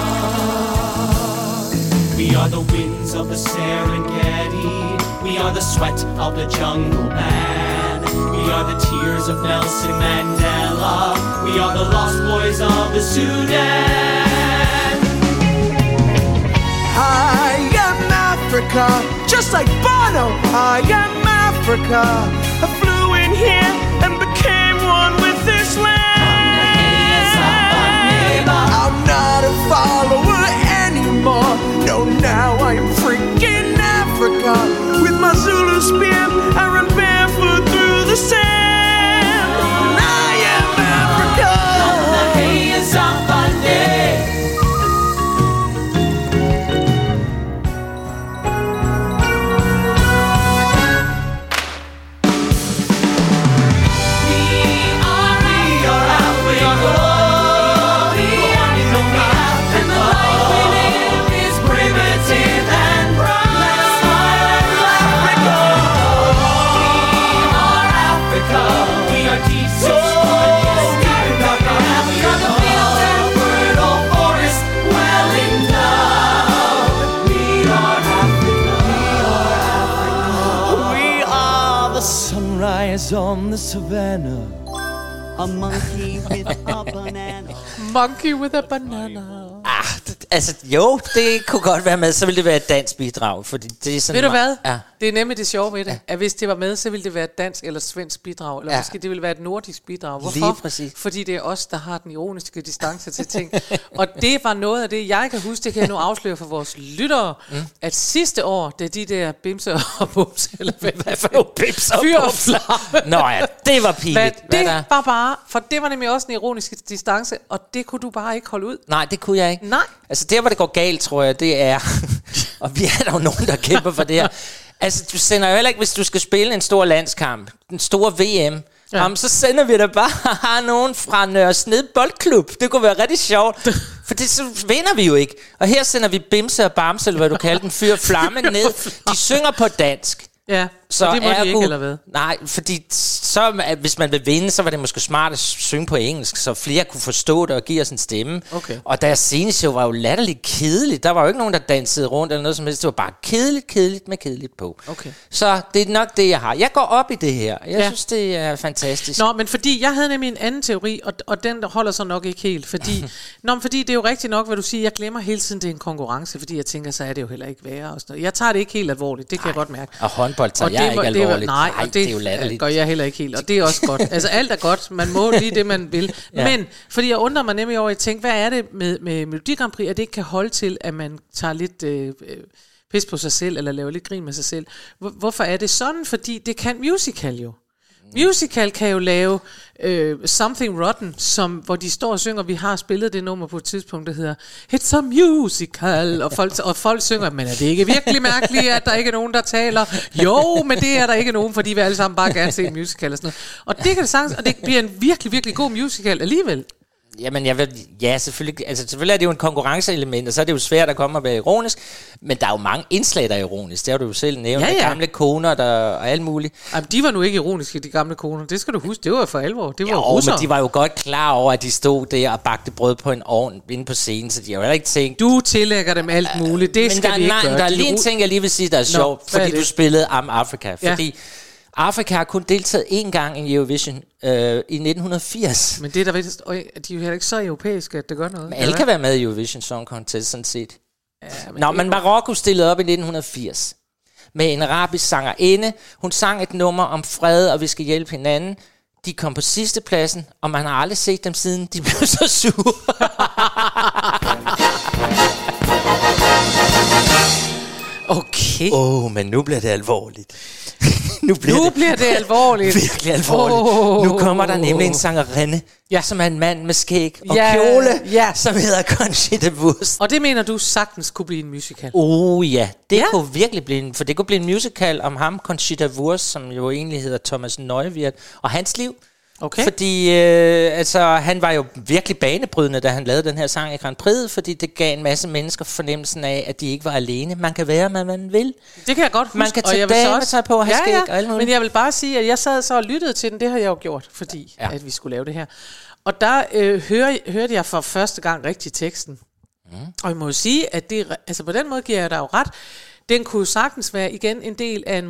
We are the winds of the Serengeti. We are the sweat of the jungle man. We are the tears of Nelson Mandela. We are the lost boys of the Sudan. I am Africa, just like Bono. I am Africa. I flew in here and became one with this land. I'm not a follower anymore. No, now I am freaking Africa. With my Zulu spear, I run barefoot through the sand. I am Africa. On the savannah, a monkey with a banana. Monkey with a banana. Altså, jo, det kunne godt være med. Så ville det være et dansk bidrag. Fordi det er sådan Ved du hvad? Ja. Det er nemlig det sjove ved det, at hvis det var med, så ville det være et dansk eller svensk bidrag, eller måske det ville være et nordisk bidrag. Hvorfor? Lige præcis. Fordi det er os, der har den ironiske distance til ting. Og det var noget af det, jeg kan huske, det kan jeg nu afsløre for vores lyttere, at sidste år, da de der bimser og bums, eller hvad for nogle bimser og fyr og bumser? flamme. Nå ja, det var pinligt. Men det var bare, for det var nemlig også en ironisk distance, og det kunne du bare ikke holde ud. Nej, det kunne jeg ikke. Nej. Altså, der hvor det går galt, tror jeg, det er, og vi er der jo nogen, der kæmper for det her. Altså, du sender jo heller ikke, hvis du skal spille en stor landskamp, en stor VM, så sender vi da bare nogen fra Nørre Sned Boldklub. Det kunne være rigtig sjovt, for det, så vinder vi jo ikke. Og her sender vi Bimse og Bamse, eller hvad du kalder den, fyr flamme ned. De synger på dansk. Ja, så det må de ikke, eller hvad? Nej, fordi så, hvis man vil vinde, så var det måske smart at synge på engelsk, så flere kunne forstå det og give os en stemme. Okay. Og deres sceneshow var jo latterligt kedeligt. Der var jo ikke nogen, der dansede rundt eller noget som helst. Det var bare kedeligt med kedeligt på. Okay. Så det er nok det, jeg har. Jeg går op i det her. Jeg synes, det er fantastisk. Nå, men fordi jeg havde nemlig en anden teori, og den holder så nok ikke helt. Fordi, fordi det er jo rigtigt nok, hvad du siger. Jeg glemmer hele tiden, det er en konkurrence, fordi jeg tænker, så er det jo heller ikke værre. Og sådan noget. Jeg tager det ikke helt alvorligt, det kan jeg godt mærke. Og håndbold tager jeg ikke alvorligt. Nej, det er jo latterligt. gør jeg heller ikke helt, og det er også godt. Altså alt er godt, man må lige det, man vil. Ja. Men, fordi jeg undrer mig nemlig over, at jeg tænker, hvad er det med Melodi Grand Prix, at det ikke kan holde til, at man tager lidt pis på sig selv, eller laver lidt grin med sig selv. Hvorfor er det sådan? Fordi det kan musical jo. Musical kan jo lave Something Rotten, hvor de står og synger. Vi har spillet det nummer på et tidspunkt, der hedder It's a Musical, og folk synger, men er det ikke virkelig mærkeligt, at der ikke er nogen, der taler? Jo, men det er der ikke nogen, fordi vi alle sammen bare gerne se en musical og sådan noget. Og det kan det sagtens, og det bliver en virkelig, virkelig god musical alligevel. Jamen, selvfølgelig. Altså, selvfølgelig er det jo en konkurrenceelement, og så er det jo svært at komme og være ironisk. Men der er jo mange indslag, der er ironisk. Det har du jo selv nævnt. Ja. Gamle koner og alt muligt. Jamen, de var nu ikke ironiske, de gamle koner. Det skal du huske. Det var for alvor. Det var russere. Men de var jo godt klar over, at de stod der og bagte brød på en ovn inde på scenen, så de har jo heller ikke tænkt... Du tillægger dem alt muligt. Det skal vi ikke gøre. Der er lige en ting, jeg lige vil sige, der er sjovt, fordi du spillede Am Africa. Fordi Afrika har kun deltaget én gang i Eurovision i 1980. Men det er der vist, de er jo heller ikke så europæiske, at det gør noget. Men alle kan være med i Eurovision Song Contest, sådan set. Ja, men Marokko stillede op i 1980 med en arabisk sangerinde. Hun sang et nummer om fred, og vi skal hjælpe hinanden. De kom på sidste pladsen, og man har aldrig set dem siden. De blev så sure. Okay. Men nu bliver det alvorligt. Nu bliver det alvorligt. Virkelig alvorligt. Nu kommer der nemlig en sangerinde, som er en mand med skæg og kjole, som hedder Conchita Wurst. Og det mener du sagtens kunne blive en musical? Det kunne virkelig blive for det kunne blive en musical om ham, Conchita Wurst, som jo egentlig hedder Thomas Neuwirth, og hans liv. Okay. Fordi han var jo virkelig banebrydende, da han lavede den her sang i Grand Prix, fordi det gav en masse mennesker fornemmelsen af, at de ikke var alene. Man kan være, hvad man vil. Det kan jeg godt huske. Man kan tage damer på og have skæg og alt muligt. Men jeg vil bare sige, at jeg sad så og lyttede til den. Det har jeg jo gjort, fordi at vi skulle lave det her. Og der hørte jeg for første gang rigtig teksten. Og jeg må jo sige, at det, altså på den måde giver jeg dig jo ret. Den kunne sagtens være igen en del af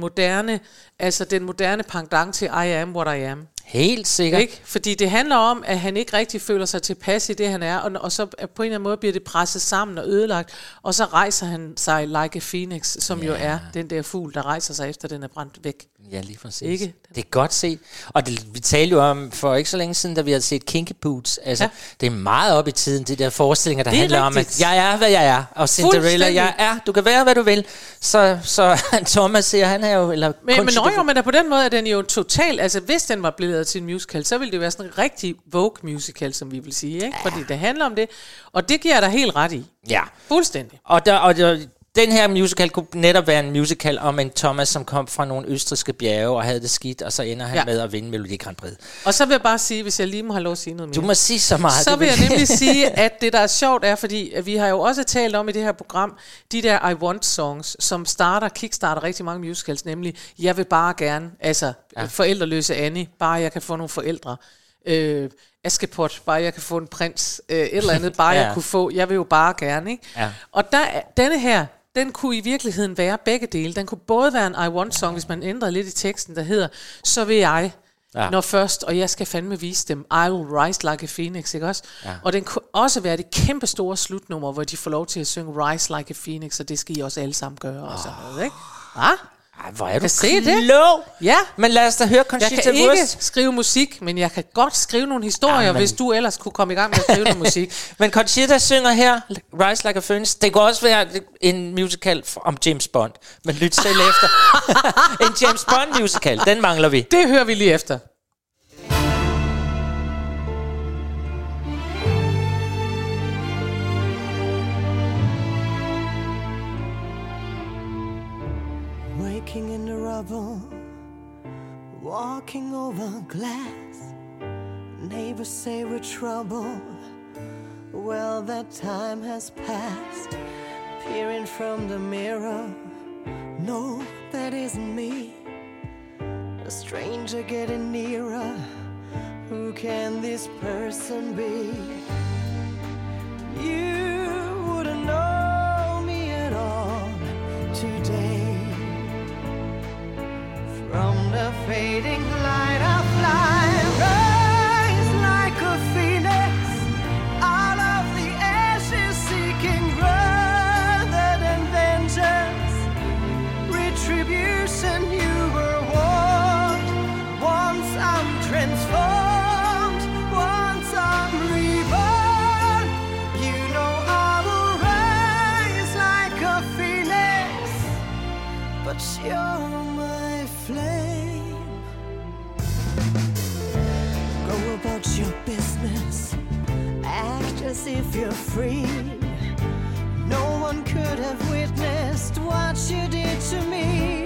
den moderne pendant til I Am What I Am. Helt sikkert. Ikke? Fordi det handler om, at han ikke rigtig føler sig tilpas i det, han er, og så på en eller anden måde bliver det presset sammen og ødelagt, og så rejser han sig like a phoenix, som jo er den der fugl, der rejser sig efter, den er brændt væk. Ja, lige præcis. Ikke? Det er godt set. Og vi talte jo om for ikke så længe siden, da vi havde set Kinky Boots. Altså, det er meget op i tiden, de der forestillinger, der handler om, at jeg er, hvad jeg er. Og Cinderella, jeg er. Du kan være, hvad du vil. Så Thomas siger, han er jo... Eller men på den måde er den jo total... Altså, hvis den var blevet til en musical, så ville det være sådan en rigtig Vogue musical, som vi vil sige, ikke? Fordi det handler om det. Og det giver jeg dig helt ret i. Ja. Fuldstændig. Og den her musical kunne netop være en musical om en Thomas, som kom fra nogle østrigske bjerge og havde det skidt, og så ender han med at vinde Melodi Grand Prix. Og så vil jeg bare sige, hvis jeg lige må have lov at sige noget mere. Du må sige så meget. Så vil jeg nemlig sige, at det der er sjovt er, fordi vi har jo også talt om i det her program, de der I Want songs, som kickstarter rigtig mange musicals, nemlig jeg vil bare gerne, forældreløse Annie, bare jeg kan få nogle forældre. Askepot, bare jeg kan få en prins, et eller andet, bare jeg kunne få, jeg vil jo bare gerne, ikke? Ja. Og denne her, den kunne i virkeligheden være begge dele. Den kunne både være en I Want song, hvis man ændrede lidt i teksten, der hedder, så vil jeg når først, og jeg skal fandme vise dem, I Will Rise Like a Phoenix, ikke også? Ja. Og den kunne også være det kæmpe store slutnummer, hvor de får lov til at synge Rise Like a Phoenix, og det skal I også alle sammen gøre, og sådan noget, ikke? Ej, hvor er du se det? klog. Ja. Men lad os da høre Jeg Conchita kan ikke Wurst. skrive musik, men jeg kan godt skrive nogle historier, Ja, men- hvis du ellers kunne komme i gang med at skrive noget musik. Men Conchita synger her, Rise Like a Phoenix. Det kunne også være en musical om James Bond. Men lyt selv efter. En James Bond musical, den mangler vi. Det hører vi lige efter. Waking in the rubble, walking over glass. Neighbors say we're trouble. Well, that time has passed. Peering from the mirror, no, that isn't me. A stranger getting nearer. Who can this person be? You wouldn't know me at all today. From the fading light I fly, rise like a phoenix, out of the ashes seeking rather than vengeance. Retribution you were warned. Once I'm transformed, once I'm reborn. You know I will rise like a phoenix, but you're my flame. Go about your business, act as if you're free. No one could have witnessed what you did to me.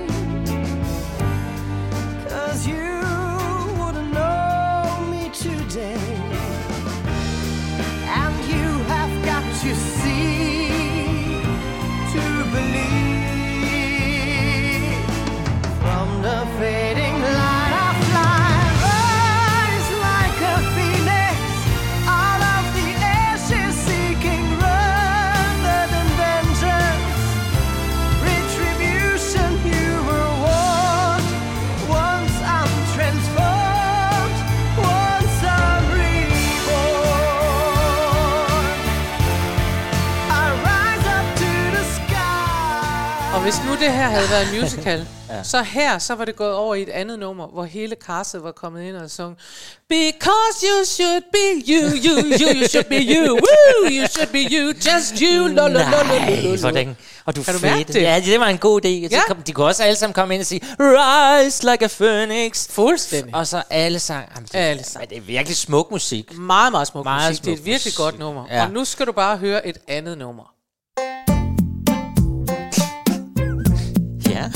'Cause you wouldn't know me today. And you have got to see to believe. From the fading light I fly, rise like a phoenix, out of the ashes seeking rather than vengeance. Retribution you were warned. Once I'm transformed, once I'm reborn. I rise up to the sky. Og hvis nu det her havde været en musical, så var det gået over i et andet nummer, hvor hele castet var kommet ind og sang Because you should be you should be you, woo, you should be you, just you, lo. Hvordan? Og du Kan du mærke fedte. det? Ja, det var en god idé. Ja. De kunne også alle sammen komme ind og sige, Rise like a phoenix. Fuldstændig. Og så alle sang. Jamen, Alle sang. Men det er virkelig smuk musik. Meget, meget smuk Meget musik. Det er smuk et virkelig musik. godt nummer. Ja. Og nu skal du bare høre et andet nummer. Ja.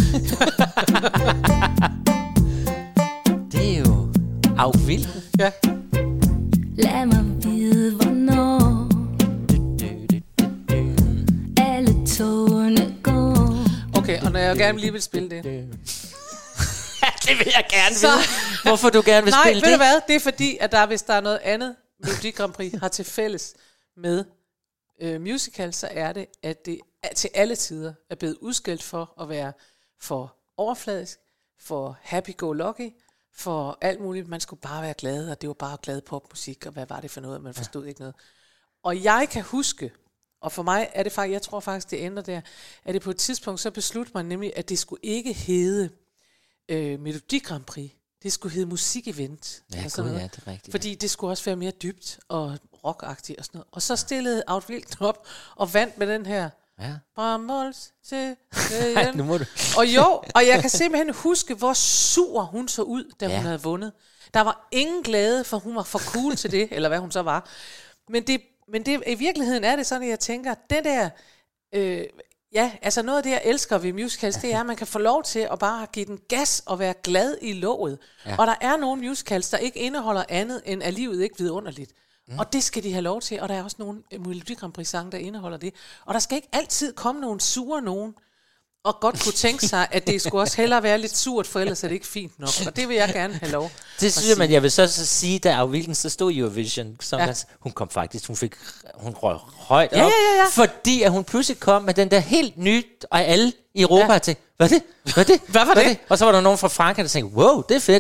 Det er jo afvildt. Ja. Lad mig vide, hvornår alle togene går. Okay, og når jeg gerne lige vil spille det. Det vil jeg gerne vide. Hvorfor du gerne vil Nej, spille ved det? du hvad? Det er fordi, at hvis der er noget andet, Melodi Grand Prix har til fælles med musical, så er det, at det til alle tider er blevet udskilt for at være for overfladisk, for happy-go-lucky, for alt muligt. Man skulle bare være glad, og det var bare glad popmusik, og hvad var det for noget, man forstod ikke noget. Og jeg kan huske, og for mig er det faktisk, jeg tror faktisk, det ender der, at det på et tidspunkt, så besluttede man nemlig, at det skulle ikke hedde Melodi Grand Prix. Det skulle hedde musikevent. Ja, eller sådan gud, noget. ja, det er rigtigt. Fordi det skulle også være mere dybt og rockagtigt og sådan noget. Og så stillede Outvilden op og vandt med den her. Ja. Bramols til Nej, nu må du. og jeg kan simpelthen huske, hvor sur hun så ud, da hun havde vundet. Der var ingen glæde, for hun var for cool til det, eller hvad hun så var. Men det, i virkeligheden er det sådan, at jeg tænker, det der... altså noget af det, jeg elsker ved musicals, det er, at man kan få lov til at bare give den gas og være glad i låget. Ja. Og der er nogle musicals, der ikke indeholder andet, end at livet ikke vidunderligt. Og det skal de have lov til, og der er også nogle Melodi Grand Prix sange, der indeholder det. Og der skal ikke altid komme nogen sure nogen, og godt kunne tænke sig, at det skulle også hellere være lidt surt, for ellers er det ikke fint nok. Og det vil jeg gerne have lov. Det synes jeg, men jeg vil så sige, da Afvilden så stod i Eurovision, hun kom faktisk, hun røg højt op, fordi at hun pludselig kom med den der helt nyt, og alle i Europa tænkte, hvad er det? Hvad var det? Og så var der nogen fra Frankrig, der tænkte, wow, det er fedt.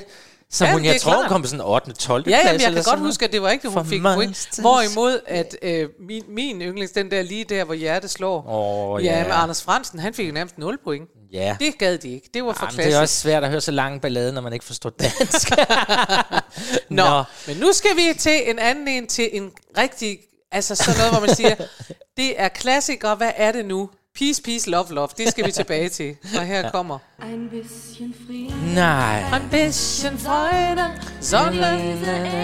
Så Ja, hun, det jeg er tror, hun klart. kom på sådan 8. 12. Ja, klasse. jamen, jeg eller kan sådan godt noget. huske, at det var rigtigt, hun For fik point. monsters. Hvorimod, at min yndlings, den der lige der, hvor hjertet slår, ja. med Anders Frandsen, han fik jo nærmest 0 point. Ja. Det gad de ikke. Det var for Jamen, klassisk. det er også svært at høre så lang ballade, når man ikke forstår dansk. Nå, men nu skal vi til en anden en, til en rigtig, altså sådan noget, hvor man siger, det er klassiker, hvad er det nu? Peace, peace, love, love. Det skal vi tilbage til. Og her kommer. Ein bisschen Frieden. Nej. Ein bisschen Freude, Sonne.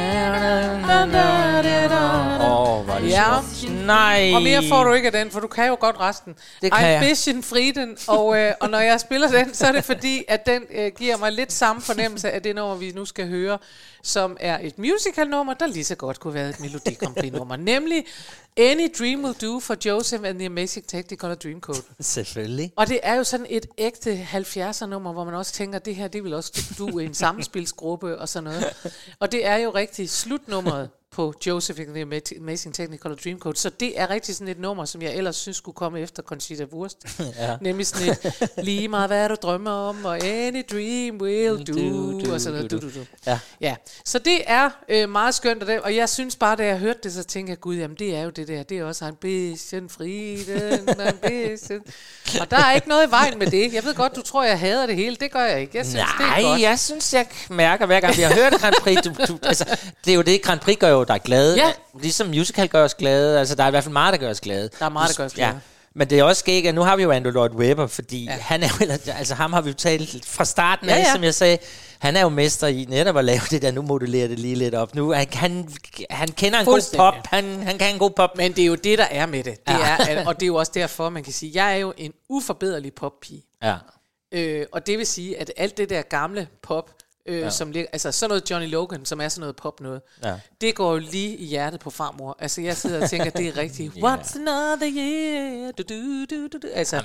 Var det Ja. sjovt. Nej. Og mere får du ikke af den, for du kan jo godt resten. Det kan jeg. Ein bisschen Frieden. Og når jeg spiller den, så er det fordi, at den giver mig lidt samme fornemmelse af det nummer, vi nu skal høre, som er et musical-nummer, der lige så godt kunne være et Melodi Grand Prix-nummer. Nemlig Any Dream Will Do for Joseph and the Amazing Technicolor Dreamcoat. Selvfølgelig. Og det er jo sådan et ægte 70'er-nummer, hvor man også tænker, det her, det vil også du i en sammenspilsgruppe og sådan noget. Og det er jo rigtig slutnummeret på Joseph and the Amazing Technicolor Dreamcoat. Så det er rigtig sådan et nummer, som jeg ellers synes skulle komme efter Conchita Wurst. Ja. Nemlig sådan et, lige meget hvad du drømmer om, og any dream will do, og sådan noget. Ja. Ja, så det er meget skønt, og jeg synes bare, da jeg hørte det, så tænkte jeg, gud, jamen det er jo det der, det er også en bisschen Frieden, en bisschen. Og der er ikke noget i vejen med det. Jeg ved godt, du tror, jeg hader det hele. Det gør jeg ikke. Jeg synes, det er godt. Jeg synes, jeg mærker, hver gang vi har hørt Grand Prix, altså, det er jo det, Grand Prix gør jo dig glade. Ja. Ligesom musical gør os glade. Altså, der er i hvert fald meget, der gør os glade. Der er meget, der gør os glade. Ja. Men det er også skægt, at nu har vi jo Andrew Lloyd Webber, fordi han er jo, altså ham har vi jo talt fra starten af, som jeg sagde. Han er jo mester i netop at lave det der, nu modulerer det lige lidt op. Nu, han kender en god pop, han kan en god pop. Men det er jo det, der er med det. Er, og det er jo også derfor, man kan sige, jeg er jo en uforbederlig poppige. Ja. Og det vil sige, at alt det der gamle pop, som ligger, altså sådan noget Johnny Logan, som er sådan noget pop noget, det går jo lige i hjertet på farmor. Altså jeg sidder og tænker, det er rigtigt. What's another year? Du. Altså,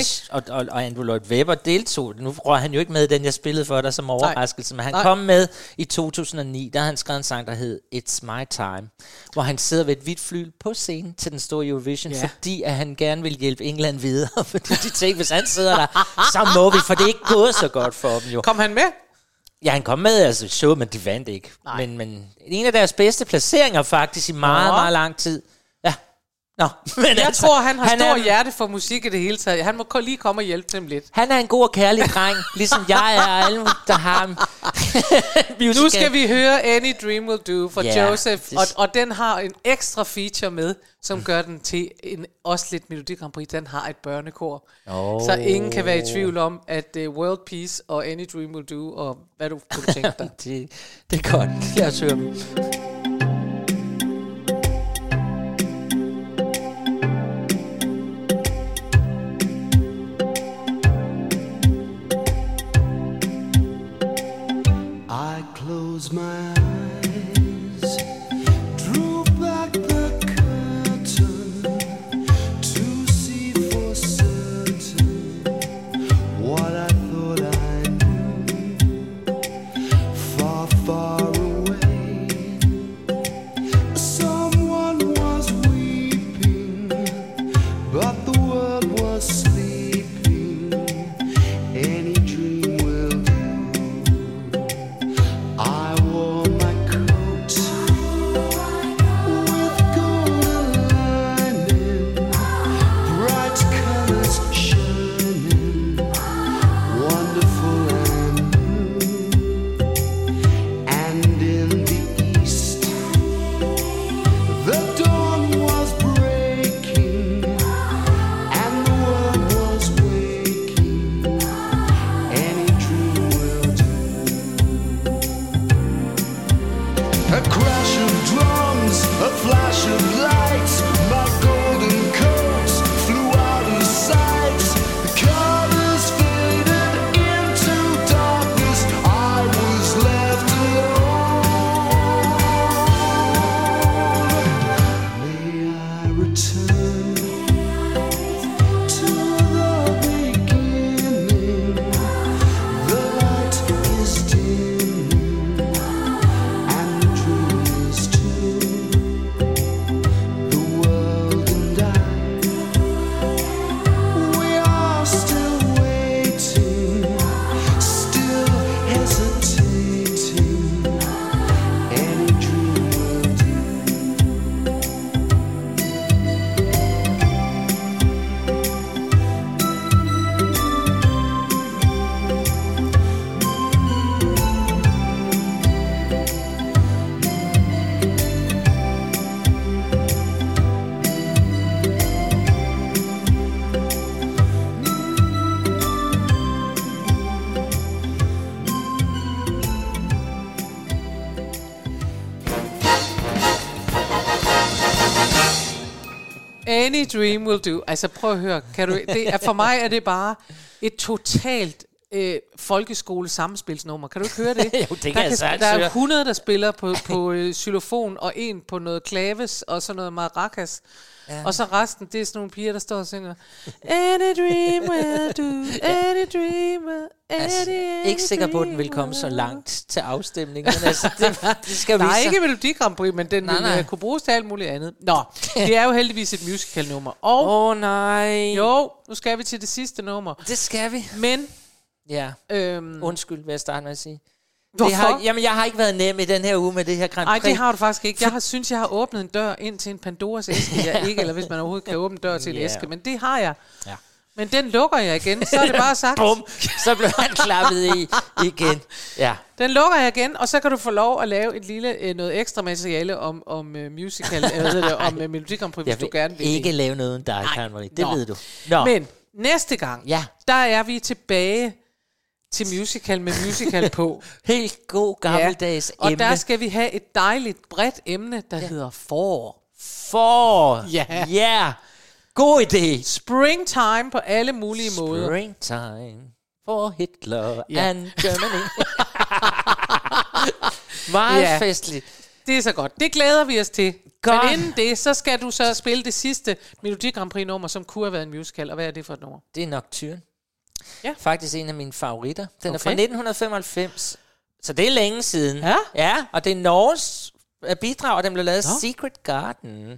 og Andrew Lloyd Webber deltog. Nu rører han jo ikke med i den, jeg spillede for dig som overraskelse, men han kom med i 2009, der har han skrevet en sang, der hed It's My Time, hvor han sidder ved et hvidt flyl på scenen til den store Eurovision, fordi at han gerne vil hjælpe England videre, fordi de tænker, hvis han sidder der, så må vi, for det er ikke gået så godt for dem jo. Kom han med? Ja, han kom med altså show, men de vandt ikke. Men en af deres bedste placeringer faktisk i meget, meget lang tid. Ja. Nå, men jeg tror, han har stor hjerte for musik i det hele taget. Han må lige komme og hjælpe dem lidt. Han er en god og kærlig dreng, ligesom jeg er, alle, der har Nu skal vi høre Any Dream Will Do for Joseph, og den har en ekstra feature med, som gør den til også lidt Melodi Grand Prix. Den har et børnekor, så ingen kan være i tvivl om, at World Peace og Any Dream Will Do, og hvad du kunne tænke dig. det er godt. Lad os høre dem. Close my eyes, drew back the curtain to see for certain what I thought I knew. Far, far away Any dream will do. Altså prøv at høre. For mig er det bare et totalt folkeskole samspilsnummer. Kan du ikke høre det? Jo, det kan jeg sagtens Der er høre. 100, der spiller på xylofon, og en på noget klaves, og så noget maracas. Ja. Og så resten, det er sådan nogle piger, der står og synger Any dream will do, any dream will, ikke sikker på, at den vil komme så langt til afstemningen. Men altså, det skal der vi er så. ikke Melodi Grand Prix, men den vil kunne bruges til alt muligt andet. Nå, det er jo heldigvis et musical-nummer. Og nej. Jo, nu skal vi til det sidste nummer. Det skal vi. Men ja. Undskyld, hvad jeg starter med at sige. Hvorfor? Jeg har ikke været nem i den her uge med det her Grand Prix. Nej, det har du faktisk ikke. Jeg har åbnet en dør ind til en Pandoras æske. Jeg ikke, eller hvis man overhovedet kan åbne dør til en æske. Men det har jeg. Ja. Men den lukker jeg igen. Så er det bare sagt. Bum, så blev han klappet i igen. Ja. Den lukker jeg igen, og så kan du få lov at lave et lille noget ekstra materiale om musical, om Melodi Grand Prix, hvis du gerne vil. Jeg vil ikke lave noget om dig, Karen Marie. Det ved du. Nå. Men næste gang, der er vi tilbage til musical med musical på. Helt god gammeldags emne. Og der skal vi have et dejligt bredt emne, der hedder forår. Forår. Ja. God idé. Springtime på alle mulige måder. Springtime for Hitler and Germany. Meget festligt. Det er så godt. Det glæder vi os til. Godt. Men inden det, så skal du så spille det sidste Melodi Grand Prix nummer, som kunne have været en musical. Og hvad er det for et nummer? Det er Nocturne. Ja. Faktisk en af mine favoritter. Den er fra 1995, så det er længe siden. Ja, og det er Norges bidrag, og den blev lavet Secret Garden.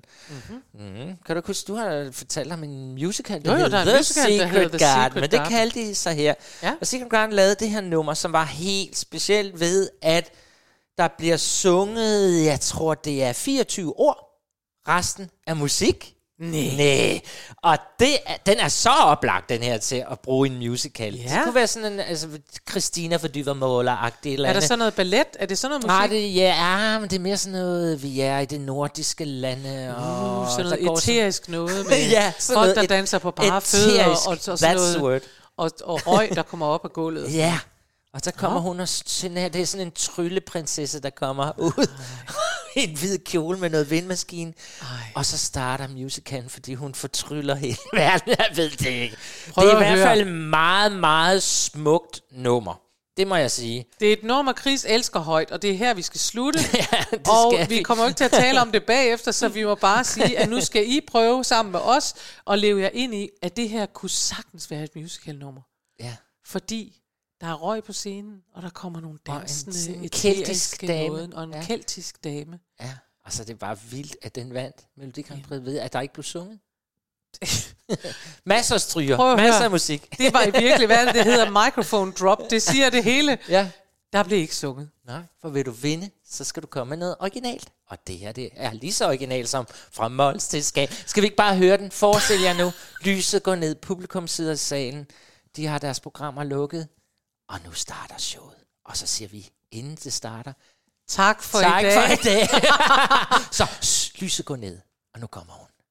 Kan du huske, du har fortalt om en musical, der hedder The Secret Garden, men det kaldte de sig her. Ja. Og Secret Garden lavede det her nummer, som var helt specielt ved, at der bliver sunget, jeg tror det er 24 ord, resten er musik. Nej. Og den er så oplagt, den her, til at bruge en musical. Ja. Det kunne være sådan en, Christina for Dyvermåler-agtig eller andet. Er der sådan noget ballet? Er det sådan noget musik? Nej, men det er mere sådan noget, vi er i det nordiske lande. Og sådan noget eterisk noget med folk, der danser på bare fødder. Og sådan noget, og røg, der kommer op af gulvet. Ja. Og så kommer hun og det er sådan en trylleprinsesse, der kommer ud i en hvid kjole med noget vindmaskine. Og så starter musicalen, fordi hun fortryller hele verden. Jeg ved det ikke. Det er i hvert fald et meget, meget smukt nummer. Det må jeg sige. Det er et nummer, Chris elsker højt, og det er her, vi skal slutte. Og vi kommer ikke til at tale om det bagefter, så vi må bare sige, at nu skal I prøve sammen med os og leve jer ind i, at det her kunne sagtens være et musical-nummer. Ja. Fordi der er røg på scenen, og der kommer nogle dansende, en keltisk dame. Og en keltisk dame. Ja, altså det er bare vildt, at den vandt Melodi Grand Prix ved, at der ikke blev sunget. Masser af stryger, masser af musik. Det var i virkelig, hvad det hedder, microphone drop. Det siger det hele. Ja. Der blev ikke sunget. Nej, for vil du vinde, så skal du komme med noget originalt. Og det her, det er lige så originalt som fra Mols til Skal. Skal vi ikke bare høre den? Forestil jer nu, lyset går ned, publikum sidder i salen, de har deres programmer lukket, og nu starter showet. Og så siger vi, inden det starter, tak for i dag. Så lyset går ned, og nu kommer hun.